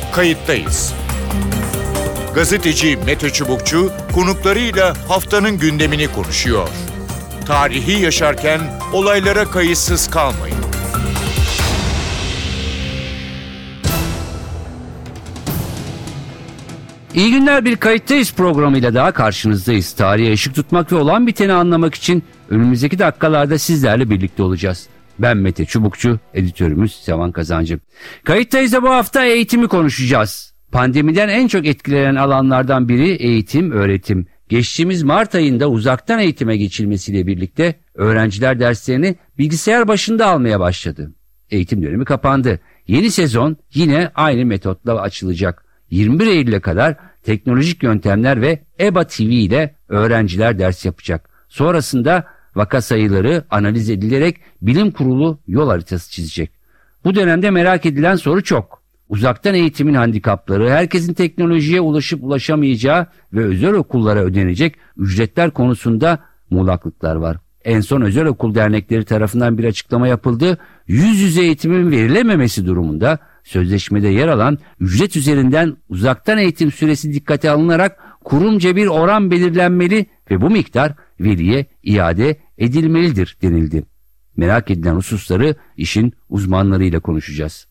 Kayıttayız. Gazeteci Mete Çubukçu konuklarıyla haftanın gündemini konuşuyor. Tarihi yaşarken olaylara kayıtsız kalmayın. İyi günler, bir Kayıttayız programıyla daha karşınızdayız. Tarihe ışık tutmak ve olan biteni anlamak için önümüzdeki dakikalarda sizlerle birlikte olacağız. Ben Mete Çubukçu, editörümüz Sevan Kazancı. Kayıttayız'da bu hafta eğitimi konuşacağız. Pandemiden en çok etkilenen alanlardan biri eğitim, öğretim. Geçtiğimiz Mart ayında uzaktan eğitime geçilmesiyle birlikte öğrenciler derslerini bilgisayar başında almaya başladı. Eğitim dönemi kapandı. Yeni sezon yine aynı metotla açılacak. 21 Eylül'e kadar teknolojik yöntemler ve EBA TV ile öğrenciler ders yapacak. Sonrasında vaka sayıları analiz edilerek bilim kurulu yol haritası çizecek. Bu dönemde merak edilen soru çok. Uzaktan eğitimin handikapları, herkesin teknolojiye ulaşıp ulaşamayacağı ve özel okullara ödenecek ücretler konusunda muğlaklıklar var. En son özel okul dernekleri tarafından bir açıklama yapıldı. Yüz yüze eğitimin verilememesi durumunda sözleşmede yer alan ücret üzerinden uzaktan eğitim süresi dikkate alınarak kurumca bir oran belirlenmeli ve bu miktar veliye iade edilmelidir denildi. Merak edilen hususları işin uzmanlarıyla konuşacağız.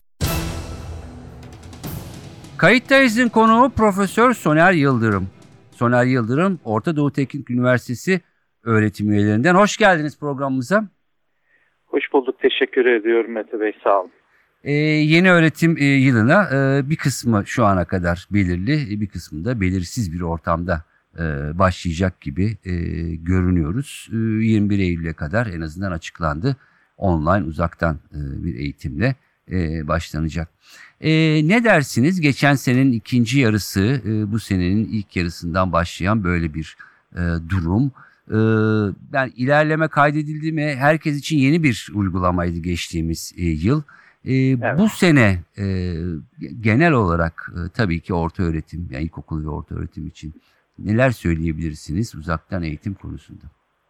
Kayıttayız'ın konuğu Profesör Soner Yıldırım. Soner Yıldırım, Orta Doğu Teknik Üniversitesi öğretim üyelerinden. Hoş geldiniz programımıza. Hoş bulduk. Teşekkür ediyorum Mete Bey. Sağ olun. Yeni öğretim yılına bir kısmı şu ana kadar belirli, bir kısmı da belirsiz bir ortamda başlayacak gibi görünüyoruz. 21 Eylül'e kadar en azından açıklandı. Online, uzaktan bir eğitimle başlanacak. Ne dersiniz? Geçen senenin ikinci yarısı, bu senenin ilk yarısından başlayan böyle bir durum. Yani ilerleme kaydedildi mi? Herkes için yeni bir uygulamaydı geçtiğimiz yıl. Evet. Bu sene genel olarak tabii ki orta öğretim, yani ilkokul ve orta öğretim için neler söyleyebilirsiniz uzaktan eğitim konusunda?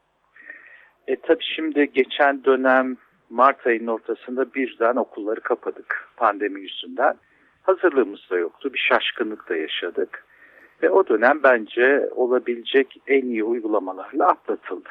Tabii şimdi geçen dönem Mart ayının ortasında birden okulları kapadık pandemi yüzünden. Hazırlığımız da yoktu, bir şaşkınlık da yaşadık. Ve o dönem bence olabilecek en iyi uygulamalarla atlatıldı.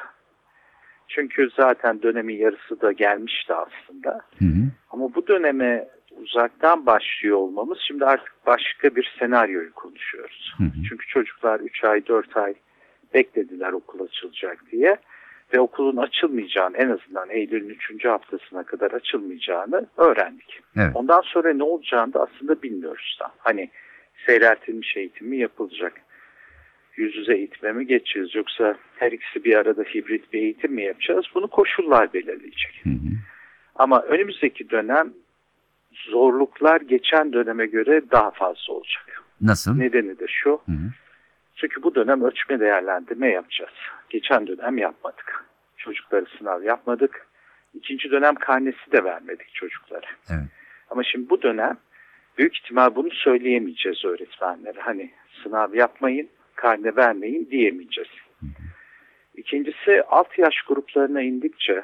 Çünkü zaten dönemin yarısı da gelmişti aslında. Hı hı. Ama bu döneme uzaktan başlıyor olmamız, şimdi artık başka bir senaryoyu konuşuyoruz. Hı hı. Çünkü çocuklar 3 ay 4 ay beklediler okul açılacak diye. Ve okulun açılmayacağını, en azından Eylül'ün 3. haftasına kadar açılmayacağını öğrendik. Evet. Ondan sonra ne olacağını da aslında bilmiyoruz da. Hani seyreltilmiş eğitim mi yapılacak? Yüz yüze eğitime mi geçeceğiz? Yoksa her ikisi bir arada hibrit bir eğitim mi yapacağız? Bunu koşullar belirleyecek. Hı hı. Ama önümüzdeki dönem zorluklar geçen döneme göre daha fazla olacak. Nasıl? Nedeni de şu. Hı hı. Çünkü bu dönem ölçme değerlendirme yapacağız. Geçen dönem yapmadık. Çocuklara sınav yapmadık. İkinci dönem karnesi de vermedik çocuklara. Evet. Ama şimdi bu dönem büyük ihtimal bunu söyleyemeyeceğiz öğretmenlere. Hani sınav yapmayın, karne vermeyin diyemeyeceğiz. Hı hı. İkincisi, alt yaş gruplarına indikçe,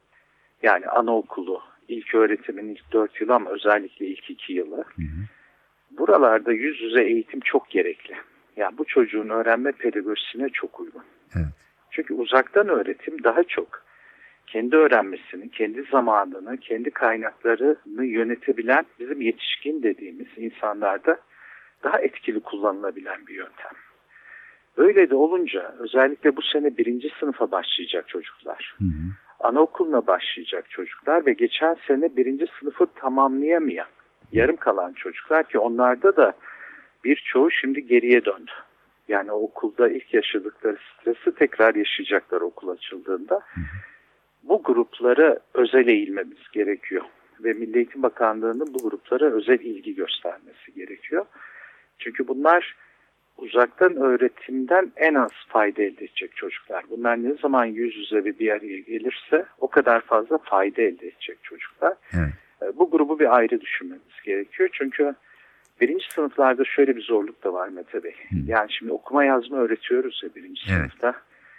yani anaokulu, ilk öğretimin ilk 4 yılı ama özellikle ilk 2 yılı, hı hı, buralarda yüz yüze eğitim çok gerekli. Yani bu çocuğun öğrenme pedagojisine çok uygun. Evet. Çünkü uzaktan öğretim daha çok kendi öğrenmesini, kendi zamanını, kendi kaynaklarını yönetebilen, bizim yetişkin dediğimiz insanlarda daha etkili kullanılabilen bir yöntem. Öyle de olunca özellikle bu sene 1. sınıfa başlayacak çocuklar, hı hı, anaokuluna başlayacak çocuklar ve geçen sene 1. sınıfı tamamlayamayan, yarım kalan çocuklar, ki onlarda da birçoğu şimdi geriye döndü. Yani okulda ilk yaşadıkları stresi tekrar yaşayacaklar okul açıldığında. Hı hı. Bu gruplara özel eğilmemiz gerekiyor. Ve Milli Eğitim Bakanlığı'nın bu gruplara özel ilgi göstermesi gerekiyor. Çünkü bunlar uzaktan öğretimden en az fayda elde edecek çocuklar. Bunlar ne zaman yüz yüze ve bir araya gelirse o kadar fazla fayda elde edecek çocuklar. Evet. Bu grubu bir ayrı düşünmemiz gerekiyor. Çünkü 1. sınıflarda şöyle bir zorluk da var Mete Bey. Yani şimdi okuma yazma öğretiyoruz ya 1. sınıfta.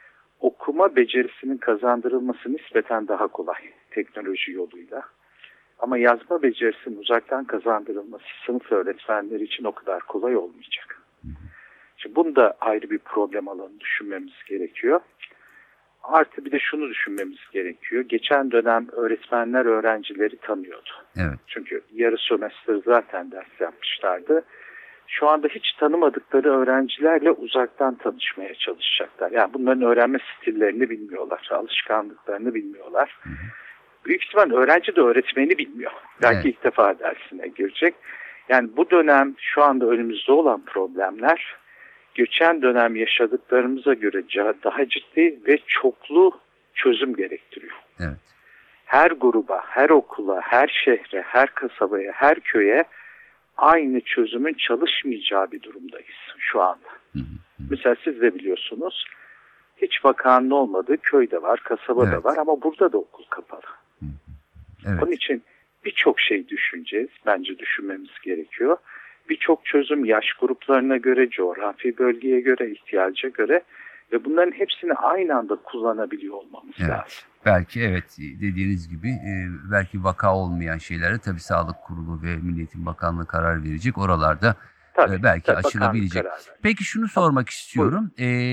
Okuma becerisinin kazandırılması nispeten daha kolay teknoloji yoluyla. Ama yazma becerisinin uzaktan kazandırılması sınıf öğretmenleri için o kadar kolay olmayacak. Şimdi bunu da ayrı bir problem alanı düşünmemiz gerekiyor. Artı bir de şunu düşünmemiz gerekiyor. Geçen dönem öğretmenler öğrencileri tanıyordu. Evet. Çünkü yarı sömestr zaten ders yapmışlardı. Şu anda hiç tanımadıkları öğrencilerle uzaktan tanışmaya çalışacaklar. Yani bunların öğrenme stillerini bilmiyorlar, alışkanlıklarını bilmiyorlar. Büyük ihtimal öğrenci de öğretmeni bilmiyor. Belki ilk defa dersine girecek. Yani bu dönem şu anda önümüzde olan problemler geçen dönem yaşadıklarımıza göre daha ciddi ve çoklu çözüm gerektiriyor. Evet. Her gruba, her okula, her şehre, her kasabaya, her köye aynı çözümün çalışmayacağı bir durumdayız şu anda. Mesela siz de biliyorsunuz, hiç vakanın olmadığı köyde var, kasabada var ama burada da okul kapalı. Evet. Onun için birçok şey düşüneceğiz. Bence düşünmemiz gerekiyor. Birçok çözüm yaş gruplarına göre, coğrafi bölgeye göre, ihtiyaca göre ve bunların hepsini aynı anda kullanabiliyor olmamız lazım. Belki dediğiniz gibi belki vaka olmayan şeylere tabii Sağlık Kurulu ve Milli Eğitim Bakanlığı karar verecek. Oralarda belki açılabilecek. Peki şunu sormak istiyorum.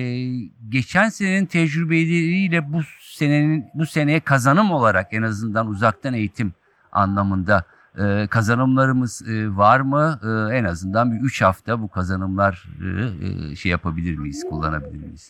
Geçen senenin tecrübeleriyle bu seneye kazanım olarak en azından uzaktan eğitim anlamında kazanımlarımız var mı? En azından bir 3 hafta bu kazanımları yapabilir miyiz, kullanabilir miyiz?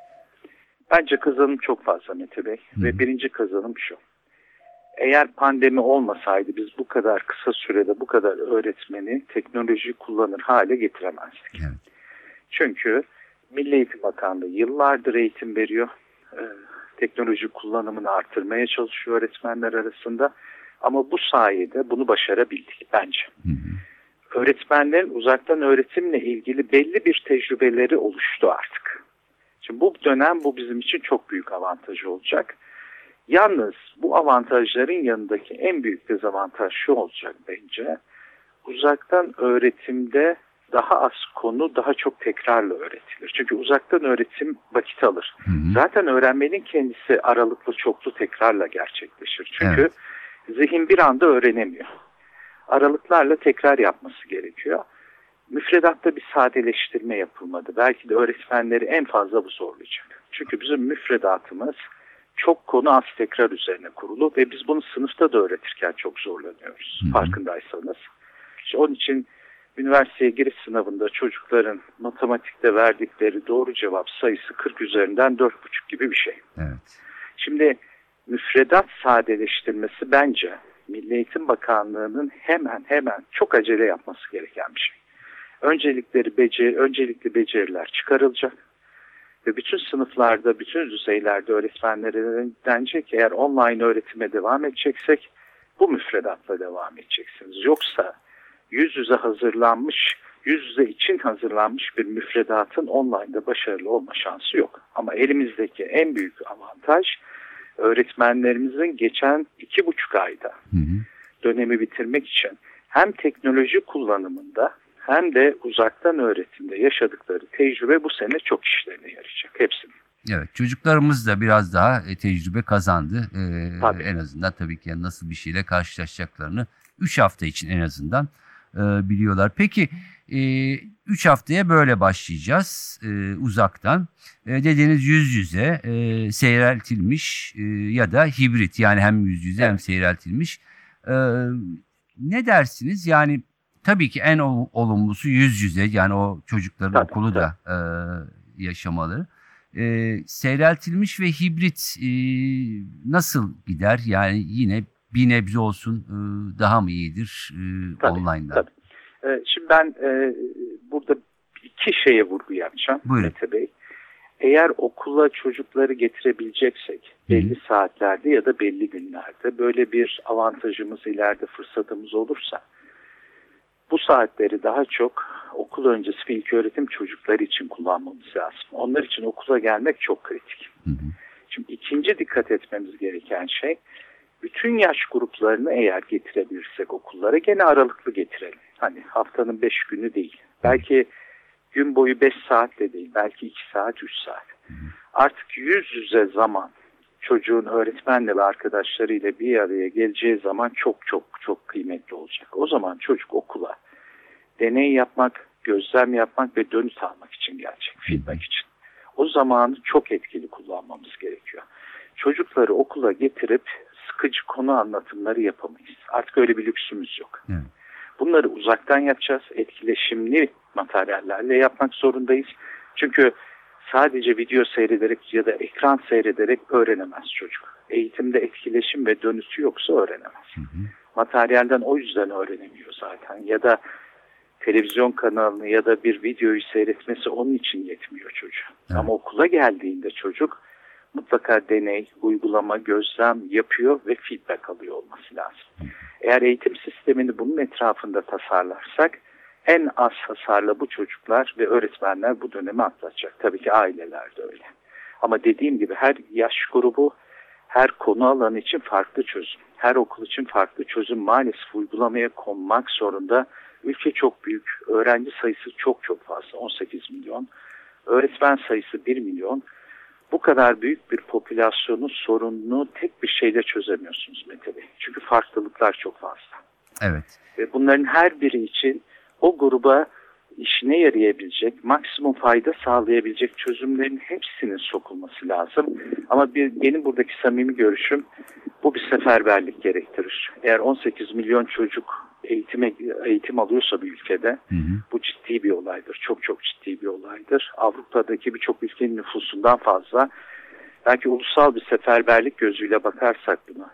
Bence kazanım çok fazla Mete Bey. Ve birinci kazanım şu. Eğer pandemi olmasaydı biz bu kadar kısa sürede bu kadar öğretmeni teknoloji kullanır hale getiremezdik. Evet. Çünkü Milli Eğitim Bakanlığı yıllardır eğitim veriyor. Teknoloji kullanımını artırmaya çalışıyor öğretmenler arasında. Ama bu sayede bunu başarabildik bence. Öğretmenlerin uzaktan öğretimle ilgili belli bir tecrübeleri oluştu artık. Şimdi bu dönem bu bizim için çok büyük avantaj olacak. Yalnız bu avantajların yanındaki en büyük dezavantaj şu olacak bence. Uzaktan öğretimde daha az konu daha çok tekrarla öğretilir. Çünkü uzaktan öğretim vakit alır. Zaten öğrenmenin kendisi aralıklı çoklu tekrarla gerçekleşir. Çünkü zihin bir anda öğrenemiyor. Aralıklarla tekrar yapması gerekiyor. Müfredatta bir sadeleştirme yapılmadı. Belki de öğretmenleri en fazla bu zorlayacak. Çünkü bizim müfredatımız çok konu az tekrar üzerine kurulu ve biz bunu sınıfta da öğretirken çok zorlanıyoruz. Farkındaysanız. İşte onun için üniversiteye giriş sınavında çocukların matematikte verdikleri doğru cevap sayısı 40 üzerinden 4,5 gibi bir şey. Evet. Şimdi müfredat sadeleştirmesi bence Milli Eğitim Bakanlığı'nın hemen çok acele yapması gereken bir şey. Öncelikli beceriler çıkarılacak ve bütün sınıflarda, bütün düzeylerde öğretmenlere denecek ki eğer online öğretime devam edeceksek bu müfredatla devam edeceksiniz. Yoksa yüz yüze için hazırlanmış bir müfredatın online'da başarılı olma şansı yok. Ama elimizdeki en büyük avantaj öğretmenlerimizin geçen 2,5 ayda dönemi bitirmek için hem teknoloji kullanımında hem de uzaktan öğretimde yaşadıkları tecrübe bu sene çok işlerine yarayacak hepsinin. Evet, çocuklarımız da biraz daha tecrübe kazandı. En azından tabii ki nasıl bir şeyle karşılaşacaklarını 3 hafta için en azından biliyorlar. Peki 3 haftaya böyle başlayacağız uzaktan. Dediğiniz yüz yüze seyreltilmiş ya da hibrit, yani hem yüz yüze hem seyreltilmiş. Ne dersiniz? Yani tabii ki en olumlusu yüz yüze, yani o çocukların okulu da yaşamaları. Seyreltilmiş ve hibrit nasıl gider? Yani yine bir nebze olsun daha mı iyidir online'dan? Tabii. Şimdi ben burada iki şeye vurgu yapacağım Mete Bey. Eğer okula çocukları getirebileceksek belli saatlerde ya da belli günlerde böyle bir avantajımız, ileride fırsatımız olursa bu saatleri daha çok okul öncesi ve ilköğretim çocukları için kullanmamız lazım. Onlar için okula gelmek çok kritik. Şimdi ikinci dikkat etmemiz gereken şey, bütün yaş gruplarını eğer getirebilirsek okullara gene aralıklı getirelim. Hani haftanın 5 günü değil. Belki gün boyu 5 saatle değil. Belki 2 saat, 3 saat. Artık yüz yüze zaman çocuğun öğretmenle ve arkadaşlarıyla bir araya geleceği zaman çok çok çok kıymetli olacak. O zaman çocuk okula deney yapmak, gözlem yapmak ve dönüt almak için gelecek, feedback için. O zamanı çok etkili kullanmamız gerekiyor. Çocukları okula getirip sıkıcı konu anlatımları yapamayız. Artık öyle bir lüksümüz yok. Evet. Bunları uzaktan yapacağız. Etkileşimli materyallerle yapmak zorundayız. Çünkü sadece video seyrederek ya da ekran seyrederek öğrenemez çocuk. Eğitimde etkileşim ve dönütü yoksa öğrenemez. Materyalden o yüzden öğrenemiyor zaten. Ya da televizyon kanalını ya da bir videoyu seyretmesi onun için yetmiyor çocuğa. Evet. Ama okula geldiğinde çocuk mutlaka deney, uygulama, gözlem yapıyor ve feedback alıyor olması lazım. Eğer eğitim sistemini bunun etrafında tasarlarsak en az hasarla bu çocuklar ve öğretmenler bu dönemi atlatacak. Tabii ki aileler de öyle. Ama dediğim gibi her yaş grubu, her konu alanı için farklı çözüm. Her okul için farklı çözüm maalesef uygulamaya konmak zorunda. Ülke çok büyük, öğrenci sayısı çok çok fazla, 18 milyon. Öğretmen sayısı 1 milyon. Bu kadar büyük bir popülasyonun sorununu tek bir şeyle çözemiyorsunuz Mete Bey. Çünkü farklılıklar çok fazla. Evet. Ve bunların her biri için o gruba işine yarayabilecek, maksimum fayda sağlayabilecek çözümlerin hepsinin sokulması lazım. Ama benim buradaki samimi görüşüm bu bir seferberlik gerektirir. Eğer 18 milyon çocuk eğitim alıyorsa bir ülkede bu ciddi bir olaydır. Çok çok ciddi bir olaydır. Avrupa'daki birçok ülkenin nüfusundan fazla. Belki ulusal bir seferberlik gözüyle bakarsak buna,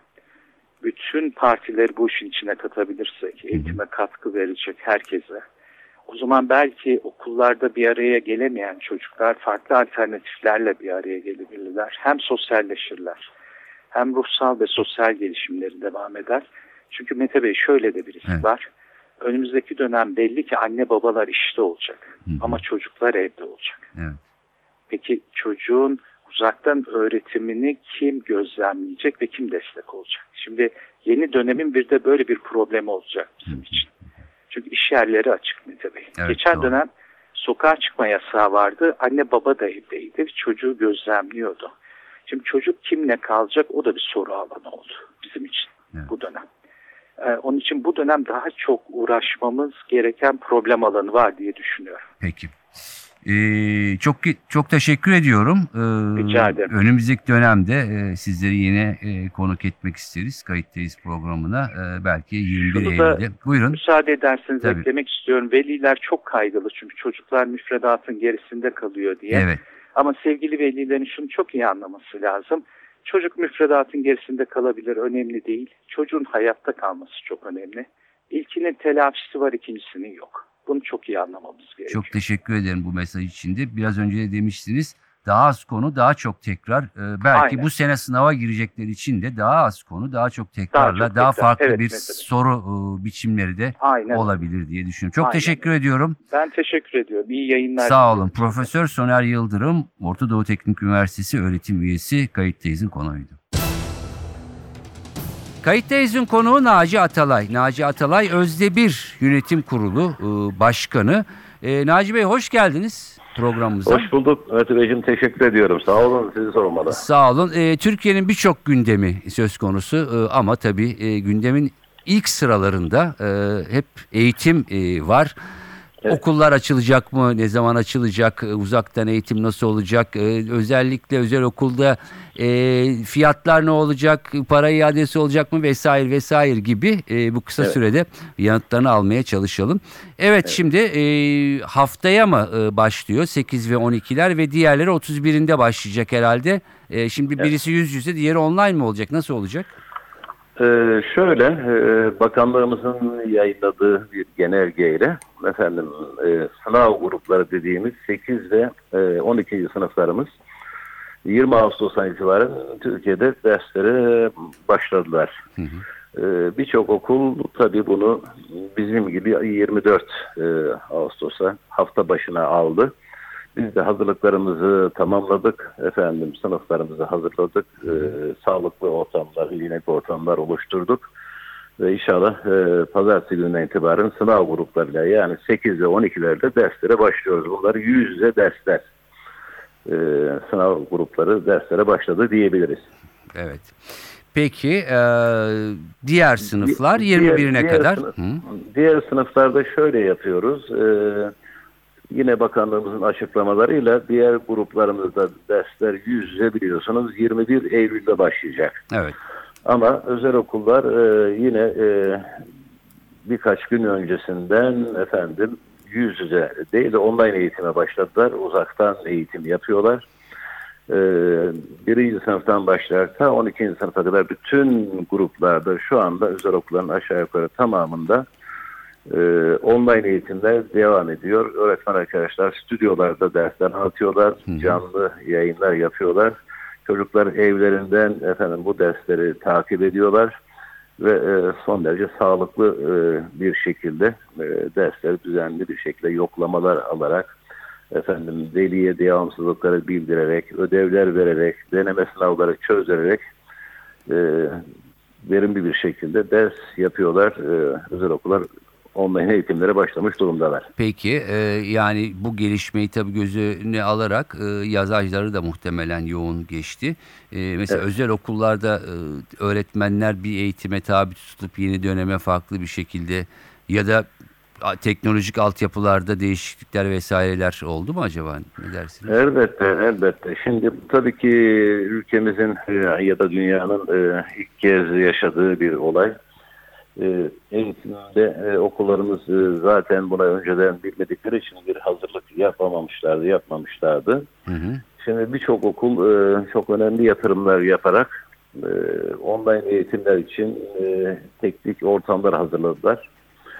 bütün partileri bu işin içine katabilirsek, eğitime katkı verecek herkese, o zaman belki okullarda bir araya gelemeyen çocuklar farklı alternatiflerle bir araya gelebilirler. Hem sosyalleşirler, hem ruhsal ve sosyal gelişimleri devam eder. Çünkü Mete Bey şöyle de bir risk var. Önümüzdeki dönem belli ki anne babalar işte olacak. Ama çocuklar evde olacak. Evet. Peki çocuğun uzaktan öğretimini kim gözlemleyecek ve kim destek olacak? Şimdi yeni dönemin bir de böyle bir problemi olacak bizim için. Çünkü iş yerleri açık Mete Bey. Evet, geçen doğru. dönem sokağa çıkma yasağı vardı. Anne baba da evdeydi. Çocuğu gözlemliyordu. Şimdi çocuk kimle kalacak o da bir soru alanı oldu bizim için bu dönem. Onun için bu dönem daha çok uğraşmamız gereken problem alanı var diye düşünüyorum. Peki. Çok teşekkür ediyorum. Rica ederim. Önümüzdeki dönemde sizleri yine konuk etmek isteriz. Kayıttayız programına. Belki 21 Şunu da Eylül'de. Buyurun. müsaade ederseniz Tabii. eklemek istiyorum. Veliler çok kaygılı çünkü çocuklar müfredatın gerisinde kalıyor diye. Evet. Ama sevgili velilerin şunu çok iyi anlaması lazım. Çocuk müfredatın gerisinde kalabilir, önemli değil. Çocuğun hayatta kalması çok önemli. İlkinin telafisi var, ikincisinin yok. Bunu çok iyi anlamamız gerekiyor. Çok teşekkür ederim bu mesaj için de. Biraz önce de demiştiniz. Daha az konu, daha çok tekrar. Belki Aynen. bu sene sınava girecekler için de daha az konu, daha çok tekrarla, daha tekrar. farklı Evet, bir mesela. soru biçimleri de Aynen. olabilir diye düşünüyorum. Çok Aynen. teşekkür ediyorum. Ben teşekkür ediyorum. İyi yayınlar. Sağ olun. diliyorum. Profesör Soner Yıldırım, Orta Doğu Teknik Üniversitesi öğretim üyesi, Kayıttayız'ın konuğuydu. Kayıttayız'ın konuğu Naci Atalay. Naci Atalay Özdebir Yönetim Kurulu Başkanı. Naci Bey hoş geldiniz programımıza. Hoş bulduk Mete Beyciğim, teşekkür ediyorum. Sağ olun, sizi sormalı. Sağ olun. Türkiye'nin birçok gündemi söz konusu ama tabii gündemin ilk sıralarında hep eğitim var. Evet. Okullar açılacak mı? Ne zaman açılacak? Uzaktan eğitim nasıl olacak? Özellikle özel okulda fiyatlar ne olacak? Para iadesi olacak mı? Vesaire vesaire gibi bu kısa sürede yanıtlarını almaya çalışalım. Evet. Şimdi haftaya mı başlıyor? 8 ve 12'ler ve diğerleri 31'inde başlayacak herhalde. Şimdi birisi yüz yüze, diğeri online mi olacak? Nasıl olacak? Şöyle, bakanlığımızın yayınladığı bir genelgeyle sınav grupları dediğimiz 8 ve 12. sınıflarımız 20 Ağustos'tan itibaren Türkiye'de derslere başladılar. Birçok okul tabii bunu bizim gibi 24 Ağustos'a hafta başına aldı. Biz de hazırlıklarımızı tamamladık. Sınıflarımızı hazırladık. Sağlıklı ortamlar, hijyenik ortamlar oluşturduk. Ve inşallah pazartesi gününden itibaren sınav gruplarıyla yani 8 ve 12'lerde derslere başlıyoruz. Bunlar yüz yüze dersler. Sınav grupları derslere başladı diyebiliriz. Evet. Peki diğer sınıflar 21'ine kadar? Diğer sınıflarda şöyle yapıyoruz. Yine bakanlığımızın açıklamalarıyla diğer gruplarımızda dersler yüz yüze biliyorsunuz 21 Eylül'de başlayacak. Evet. Ama özel okullar yine birkaç gün öncesinden yüz yüze değil de online eğitime başladılar. Uzaktan eğitim yapıyorlar. Birinci sınıftan başlarsa 12. sınıfa kadar bütün gruplarda şu anda özel okulların aşağı yukarı tamamında online eğitimler devam ediyor. Öğretmen arkadaşlar stüdyolarda dersler anlatıyorlar. Canlı yayınlar yapıyorlar. Çocuklar evlerinden bu dersleri takip ediyorlar ve son derece sağlıklı bir şekilde dersleri düzenli bir şekilde yoklamalar alarak veliye devamsızlıkları bildirerek, ödevler vererek, deneme sınavları çözerek verimli bir şekilde ders yapıyorlar. Özel okullar online eğitimlere başlamış durumdalar. Peki yani bu gelişmeyi tabii gözüne alarak yaz ayları da muhtemelen yoğun geçti. Mesela Evet. özel okullarda öğretmenler bir eğitime tabi tutulup yeni döneme farklı bir şekilde ya da teknolojik altyapılarda değişiklikler vesaireler oldu mu acaba? Ne dersiniz? Elbette. Şimdi tabii ki ülkemizin ya da dünyanın ilk kez yaşadığı bir olay. Eğitimde okullarımız zaten buna önceden bilmedikleri için bir hazırlık yapmamışlardı. Şimdi birçok okul çok önemli yatırımlar yaparak online eğitimler için teknik ortamlar hazırladılar.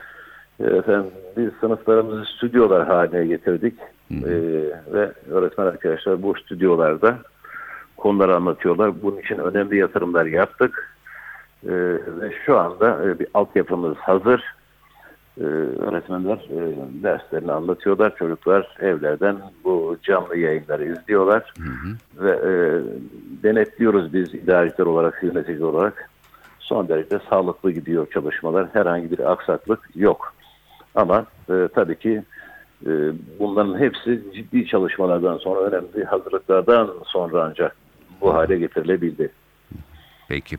Biz sınıflarımızı stüdyolar haline getirdik ve öğretmen arkadaşlar bu stüdyolarda konuları anlatıyorlar. Bunun için önemli yatırımlar yaptık. Ve şu anda bir altyapımız hazır. Öğretmenler derslerini anlatıyorlar. Çocuklar evlerden bu canlı yayınları izliyorlar. Ve denetliyoruz biz idareciler olarak, yönetici olarak. Son derece sağlıklı gidiyor çalışmalar. Herhangi bir aksaklık yok. Ama tabii ki bunların hepsi ciddi çalışmalardan sonra, önemli hazırlıklardan sonra ancak bu hale getirilebildi. Peki.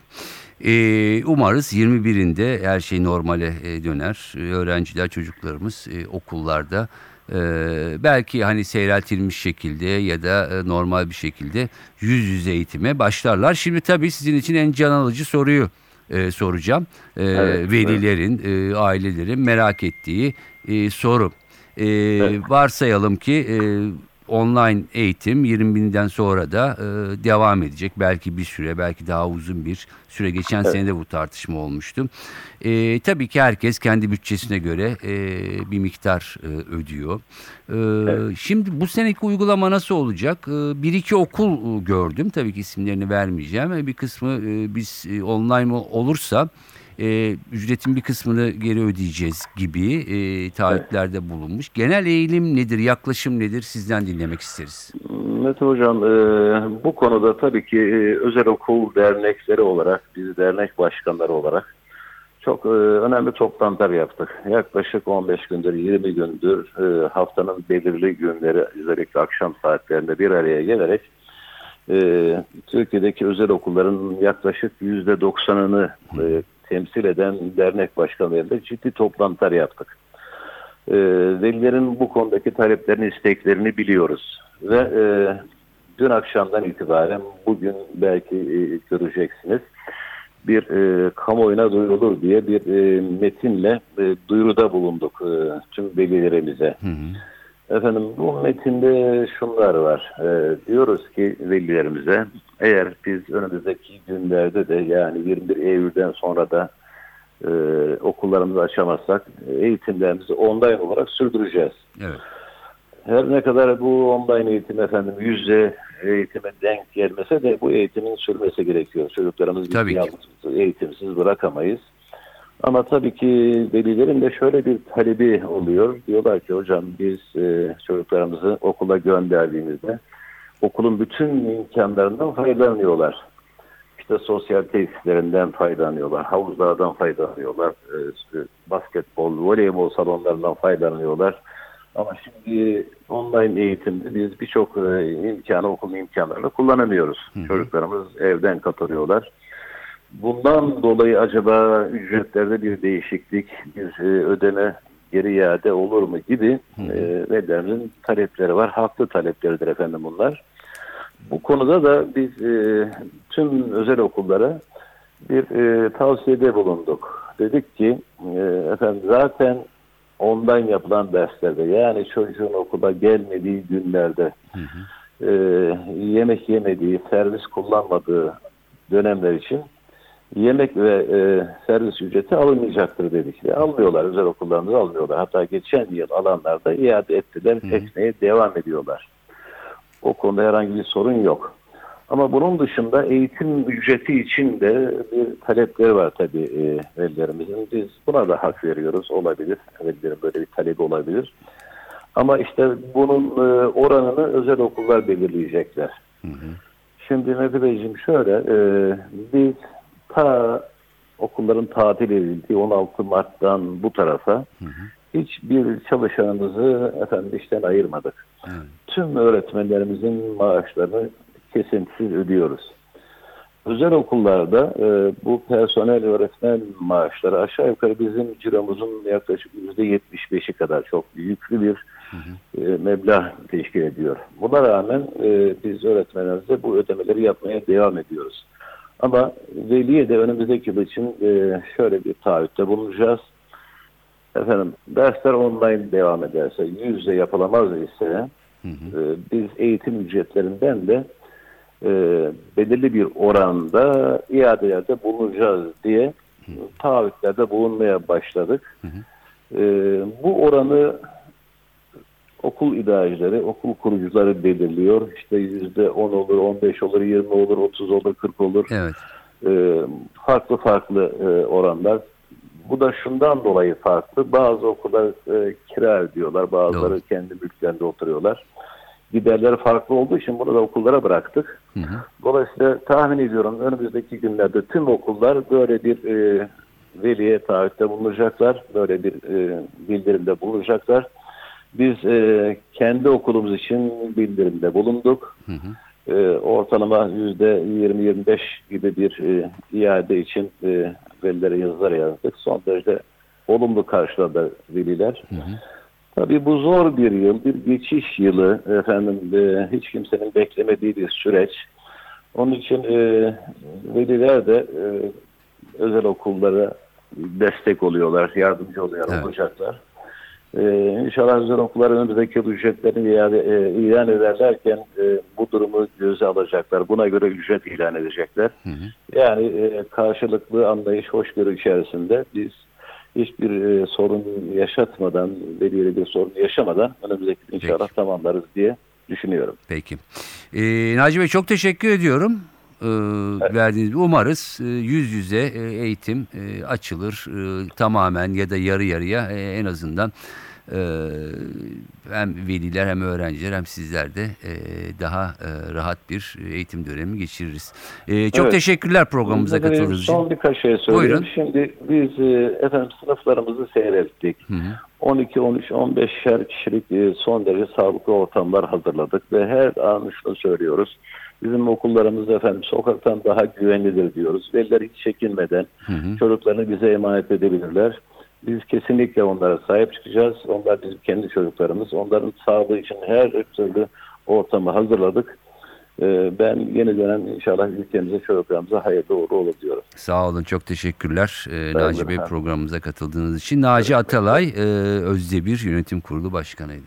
Umarız 21'inde her şey normale döner. Öğrenciler, çocuklarımız okullarda belki hani seyreltilmiş şekilde ya da normal bir şekilde yüz yüze eğitime başlarlar. Şimdi tabii sizin için en can alıcı soruyu soracağım. Velilerin, ailelerin merak ettiği soru. Varsayalım ki online eğitim 20'den sonra da devam edecek. Belki bir süre, belki daha uzun bir süre. Geçen sene de bu tartışma olmuştu. Tabii ki herkes kendi bütçesine göre bir miktar ödüyor. Şimdi bu seneki uygulama nasıl olacak? Bir iki okul gördüm. Tabii ki isimlerini vermeyeceğim. Bir kısmı biz online olursa ücretin bir kısmını geri ödeyeceğiz gibi taahhütlerde bulunmuş. Genel eğilim nedir, yaklaşım nedir sizden dinlemek isteriz. Mete Hocam, bu konuda tabii ki özel okul dernekleri olarak, biz dernek başkanları olarak çok önemli toplantılar yaptık. Yaklaşık 15 gündür, 20 gündür haftanın belirli günleri, özellikle akşam saatlerinde bir araya gelerek Türkiye'deki özel okulların yaklaşık %90'ını temsil eden dernek başkanlarıyla ciddi toplantılar yaptık. Velilerin bu konudaki taleplerini, isteklerini biliyoruz. Ve dün akşamdan itibaren bugün belki göreceksiniz bir kamuoyuna duyurulur diye bir metinle duyuruda bulunduk tüm velilerimize. Bu metinde şunlar var. Diyoruz ki velilerimize, eğer biz önümüzdeki günlerde de yani 21 Eylül'den sonra da okullarımızı açamazsak eğitimlerimizi online olarak sürdüreceğiz. Evet. Her ne kadar bu online eğitim yüz yüze eğitime denk gelmese de bu eğitimin sürmesi gerekiyor. Çocuklarımızı eğitimsiz bırakamayız. Ama tabii ki velilerin de şöyle bir talebi oluyor. Diyorlar ki hocam biz çocuklarımızı okula gönderdiğimizde okulun bütün imkanlarından faydalanıyorlar. İşte sosyal tesislerinden faydalanıyorlar, havuzlardan faydalanıyorlar, basketbol, voleybol salonlarından faydalanıyorlar. Ama şimdi online eğitimde biz birçok okul imkanlarını kullanamıyoruz. Çocuklarımız evden katılıyorlar. Bundan dolayı acaba ücretlerde bir değişiklik, bir ödeme, geri iade olur mu gibi velilerin talepleri var. Haklı talepleridir efendim bunlar. Bu konuda da biz tüm özel okullara bir tavsiyede bulunduk. Dedik ki efendim zaten online yapılan derslerde, yani çocuğun okula gelmediği günlerde yemek yemediği, servis kullanmadığı dönemler için yemek ve servis ücreti alınmayacaktır dedik. Almıyorlar, özel okullarında almıyorlar. Hatta geçen yıl alanlarda iade ettiler, etmeye devam ediyorlar. O konuda herhangi bir sorun yok. Ama bunun dışında eğitim ücreti için de bir talepleri var tabii velilerimizin. Biz buna da hak veriyoruz. Olabilir. Velilerin böyle bir talebi olabilir. Ama işte bunun oranını özel okullar belirleyecekler. Şimdi Mehdi Beyciğim şöyle, biz okulların tatil edildiği 16 Mart'tan bu tarafa hiçbir çalışanımızı işten ayırmadık. Tüm öğretmenlerimizin maaşlarını kesintisiz ödüyoruz. Özel okullarda bu personel öğretmen maaşları aşağı yukarı bizim ciromuzun yaklaşık %75'i kadar çok yüklü bir meblağ teşkil ediyor. Buna rağmen biz öğretmenlerimize bu ödemeleri yapmaya devam ediyoruz. Ama veliye de önümüzdeki yıl için şöyle bir taahhütte bulunacağız. Dersler online devam ederse, yüz yüze yapılamaz ise biz eğitim ücretlerinden de belirli bir oranda iadelerde bulunacağız diye taahhütlerde bulunmaya başladık. Bu oranı okul idarecileri, okul kurucuları belirliyor. İşte %10 olur, 15 olur, 20 olur, 30 olur, 40 olur. Evet. Farklı oranlar. Bu da şundan dolayı farklı. Bazı okullar kira ödüyorlar, bazıları kendi mülklerinde oturuyorlar. Giderleri farklı olduğu için bunu da okullara bıraktık. Dolayısıyla tahmin ediyorum önümüzdeki günlerde tüm okullar böyle bir veliye taahhütte bulunacaklar. Böyle bir bildirimde bulunacaklar. Biz kendi okulumuz için bildirimde bulunduk. Ortalama %20-25 gibi bir iade için velilere yazılar yazdık. Son derece olumlu karşıladı veliler. Tabii bu zor bir yıl, bir geçiş yılı, hiç kimsenin beklemediği bir süreç. Onun için veliler de özel okullara destek oluyorlar, yardımcı olacaklar. İnşallah özel okullar önümüzdeki yıl ücretlerini ilan ederlerken bu durumu göze alacaklar. Buna göre ücret ilan edecekler. Yani karşılıklı anlayış, hoşgörü içerisinde biz hiçbir sorun yaşatmadan, belirli bir sorun yaşamadan önümüzdeki inşallah tamamlarız diye düşünüyorum. Peki. Naci Bey çok teşekkür ediyorum. Verdiğiniz, umarız yüz yüze eğitim açılır tamamen ya da yarı yarıya, en azından hem veliler hem öğrenciler hem sizler de daha rahat bir eğitim dönemi geçiririz. Çok teşekkürler programımıza katıldığınız için. Son birkaç şey söyleyeyim. Buyurun. Şimdi biz sınıflarımızı seyrettik. 12, 13, 15'er kişilik son derece sağlıklı ortamlar hazırladık ve her an şunu söylüyoruz. Bizim okullarımız sokaktan daha güvenlidir diyoruz. Veliler hiç çekinmeden çocuklarını bize emanet edebilirler. Biz kesinlikle onlara sahip çıkacağız. Onlar bizim kendi çocuklarımız. Onların sağlığı için her türlü ortamı hazırladık. Ben yeni dönem inşallah ülkemize, çocuklarımıza hayırlı uğurlu olur diyorum. Sağ olun, çok teşekkürler Naci Bey programımıza katıldığınız için. Naci Atalay, Özdebir Yönetim Kurulu Başkanıydı.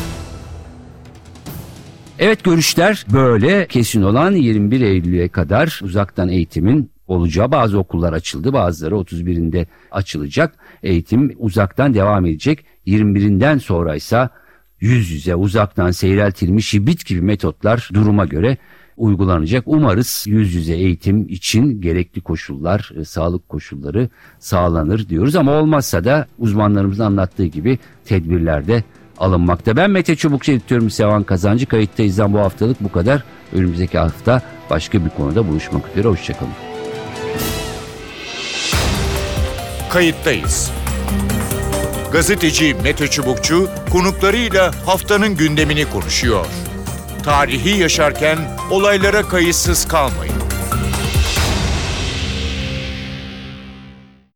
Evet, görüşler böyle. Kesin olan 21 Eylül'e kadar uzaktan eğitimin olacağı, bazı okullar açıldı, bazıları 31'inde açılacak. Eğitim uzaktan devam edecek. 21'inden sonra ise yüz yüze, uzaktan seyreltilmiş hibrit gibi metotlar duruma göre uygulanacak. Umarız yüz yüze eğitim için gerekli koşullar, sağlık koşulları sağlanır diyoruz. Ama olmazsa da uzmanlarımızın anlattığı gibi tedbirler de alınmakta. Ben Mete Çubukçu, editörüm Sevan Kazancı. Kayıttayız'dan bu haftalık bu kadar. Önümüzdeki hafta başka bir konuda buluşmak üzere. Hoşçakalın. Kayıttayız. Gazeteci Mete Çubukçu konuklarıyla haftanın gündemini konuşuyor. Tarihi yaşarken olaylara kayıtsız kalmayın.